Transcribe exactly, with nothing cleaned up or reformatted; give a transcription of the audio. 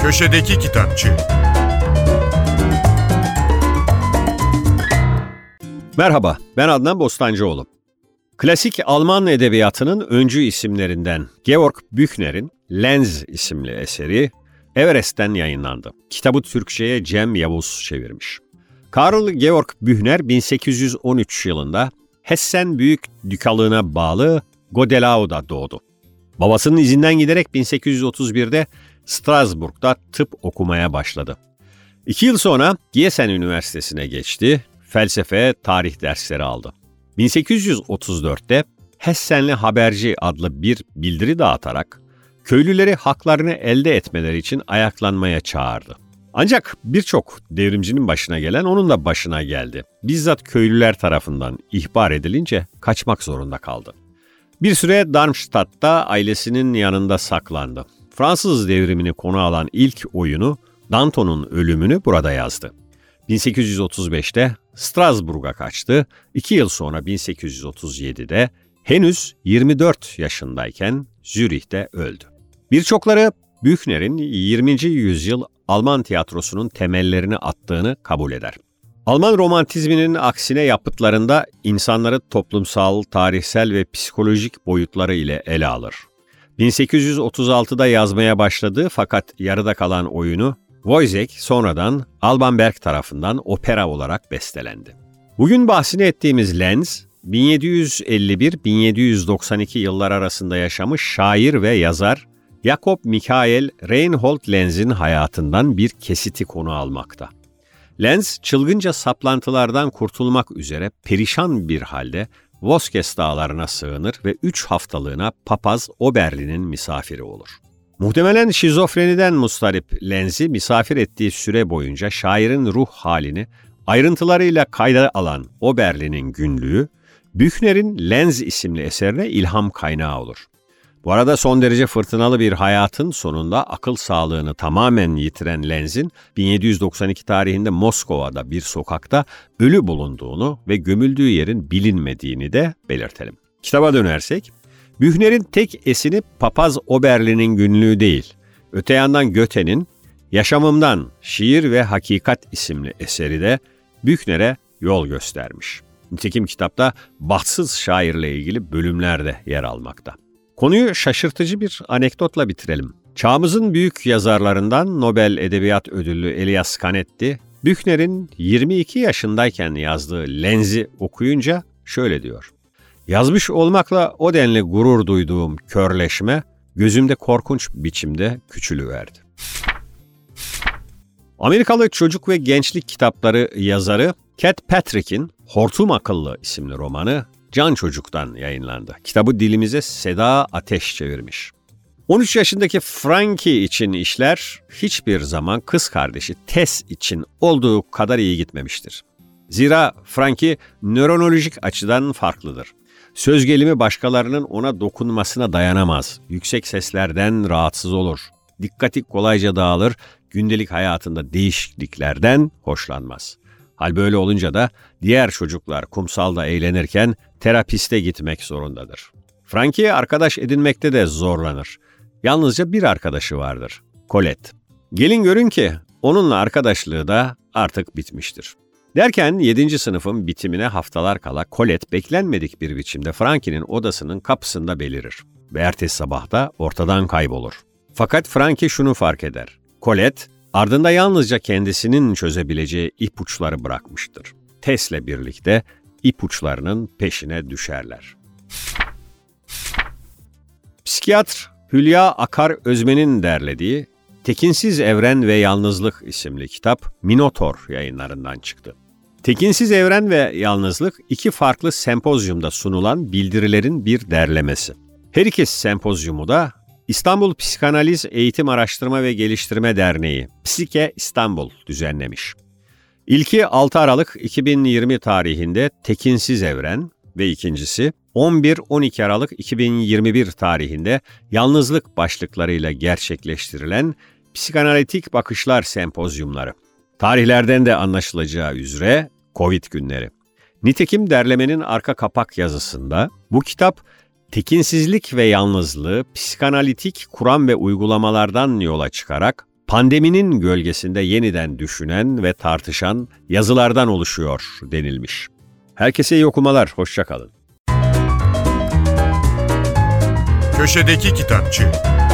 Köşedeki Kitapçı. Merhaba, ben Adnan Bostancıoğlu. Klasik Alman edebiyatının öncü isimlerinden Georg Büchner'in Lenz isimli eseri Everest'ten yayınlandı. Kitabı Türkçe'ye Cem Yavuz çevirmiş. Karl Georg Büchner bin sekiz yüz on üç yılında Hessen Büyük Dükalığına bağlı Godelau'da doğdu. Babasının izinden giderek bin sekiz yüz otuz birde Strasbourg'da tıp okumaya başladı. İki yıl sonra Gießen Üniversitesi'ne geçti, felsefe, tarih dersleri aldı. bin sekiz yüz otuz dörtte Hessenli Haberci adlı bir bildiri dağıtarak köylüleri haklarını elde etmeleri için ayaklanmaya çağırdı. Ancak birçok devrimcinin başına gelen onun da başına geldi. Bizzat köylüler tarafından ihbar edilince kaçmak zorunda kaldı. Bir süre Darmstadt'ta ailesinin yanında saklandı. Fransız devrimini konu alan ilk oyunu Danton'un ölümünü burada yazdı. bin sekiz yüz otuz beşte Strasbourg'a kaçtı. İki yıl sonra bin sekiz yüz otuz yedide henüz yirmi dört yaşındayken Zürih'te öldü. Birçokları Büchner'in yirminci yüzyıl Alman tiyatrosunun temellerini attığını kabul eder. Alman romantizminin aksine yapıtlarında insanları toplumsal, tarihsel ve psikolojik boyutları ile ele alır. bin sekiz yüz otuz altıda yazmaya başladığı fakat yarıda kalan oyunu Wojciech sonradan Alban Berg tarafından opera olarak bestelendi. Bugün bahsini ettiğimiz Lenz, bin yedi yüz elli bir - bin yedi yüz doksan iki yıllar arasında yaşamış şair ve yazar Jakob Michael Reinhold Lenz'in hayatından bir kesiti konu almakta. Lenz, çılgınca saplantılardan kurtulmak üzere perişan bir halde Vosges dağlarına sığınır ve üç haftalığına papaz Oberlin'in misafiri olur. Muhtemelen şizofreniden mustarip Lenz'i misafir ettiği süre boyunca şairin ruh halini ayrıntılarıyla kayda alan Oberlin'in günlüğü, Büchner'in Lenz isimli eserine ilham kaynağı olur. Bu arada son derece fırtınalı bir hayatın sonunda akıl sağlığını tamamen yitiren Lenz'in bin yedi yüz doksan iki tarihinde Moskova'da bir sokakta ölü bulunduğunu ve gömüldüğü yerin bilinmediğini de belirtelim. Kitaba dönersek, Büchner'in tek esini papaz Oberlin'in günlüğü değil, öte yandan Goethe'nin Yaşamımdan Şiir ve Hakikat isimli eseri de Büchner'e yol göstermiş. Nitekim kitapta bahtsız şairle ilgili bölümler de yer almakta. Konuyu şaşırtıcı bir anekdotla bitirelim. Çağımızın büyük yazarlarından Nobel Edebiyat Ödüllü Elias Canetti, Büchner'in yirmi iki yaşındayken yazdığı Lenz'i okuyunca şöyle diyor: "Yazmış olmakla o denli gurur duyduğum körleşme, gözümde korkunç biçimde küçülüverdi." Amerikalı çocuk ve gençlik kitapları yazarı Cat Patrick'in Hortum Akıllı isimli romanı Can Çocuk'tan yayınlandı. Kitabı dilimize Seda Ateş çevirmiş. on üç yaşındaki Frankie için işler hiçbir zaman kız kardeşi Tess için olduğu kadar iyi gitmemiştir. Zira Frankie nöronolojik açıdan farklıdır. Söz gelimi başkalarının ona dokunmasına dayanamaz. Yüksek seslerden rahatsız olur. Dikkati kolayca dağılır. Gündelik hayatında değişikliklerden hoşlanmaz. Hal böyle olunca da diğer çocuklar kumsalda eğlenirken terapiste gitmek zorundadır. Frankie arkadaş edinmekte de zorlanır. Yalnızca bir arkadaşı vardır, Colette. Gelin görün ki onunla arkadaşlığı da artık bitmiştir. Derken yedinci sınıfın bitimine haftalar kala Colette beklenmedik bir biçimde Frankie'nin odasının kapısında belirir ve ertesi sabah da ortadan kaybolur. Fakat Frankie şunu fark eder: Colette ardında yalnızca kendisinin çözebileceği ipuçları bırakmıştır. Tess'le birlikte ipuçlarının peşine düşerler. Psikiyatr Hülya Akar Özmen'in derlediği Tekinsiz Evren ve Yalnızlık isimli kitap Minotor yayınlarından çıktı. Tekinsiz Evren ve Yalnızlık iki farklı sempozyumda sunulan bildirilerin bir derlemesi. Her iki sempozyumu da İstanbul Psikanaliz Eğitim Araştırma ve Geliştirme Derneği Psike İstanbul düzenlemiş. İlki altı Aralık iki bin yirmi tarihinde Tekinsiz Evren ve ikincisi on bir on iki Aralık iki bin yirmi bir tarihinde Yalnızlık başlıklarıyla gerçekleştirilen Psikanalitik Bakışlar Sempozyumları. Tarihlerden de anlaşılacağı üzere Covid günleri. Nitekim derlemenin arka kapak yazısında bu kitap tekinsizlik ve yalnızlığı psikanalitik kuram ve uygulamalardan yola çıkarak pandeminin gölgesinde yeniden düşünen ve tartışan yazılardan oluşuyor denilmiş. Herkese iyi okumalar, hoşça kalın. Köşedeki Kitapçı.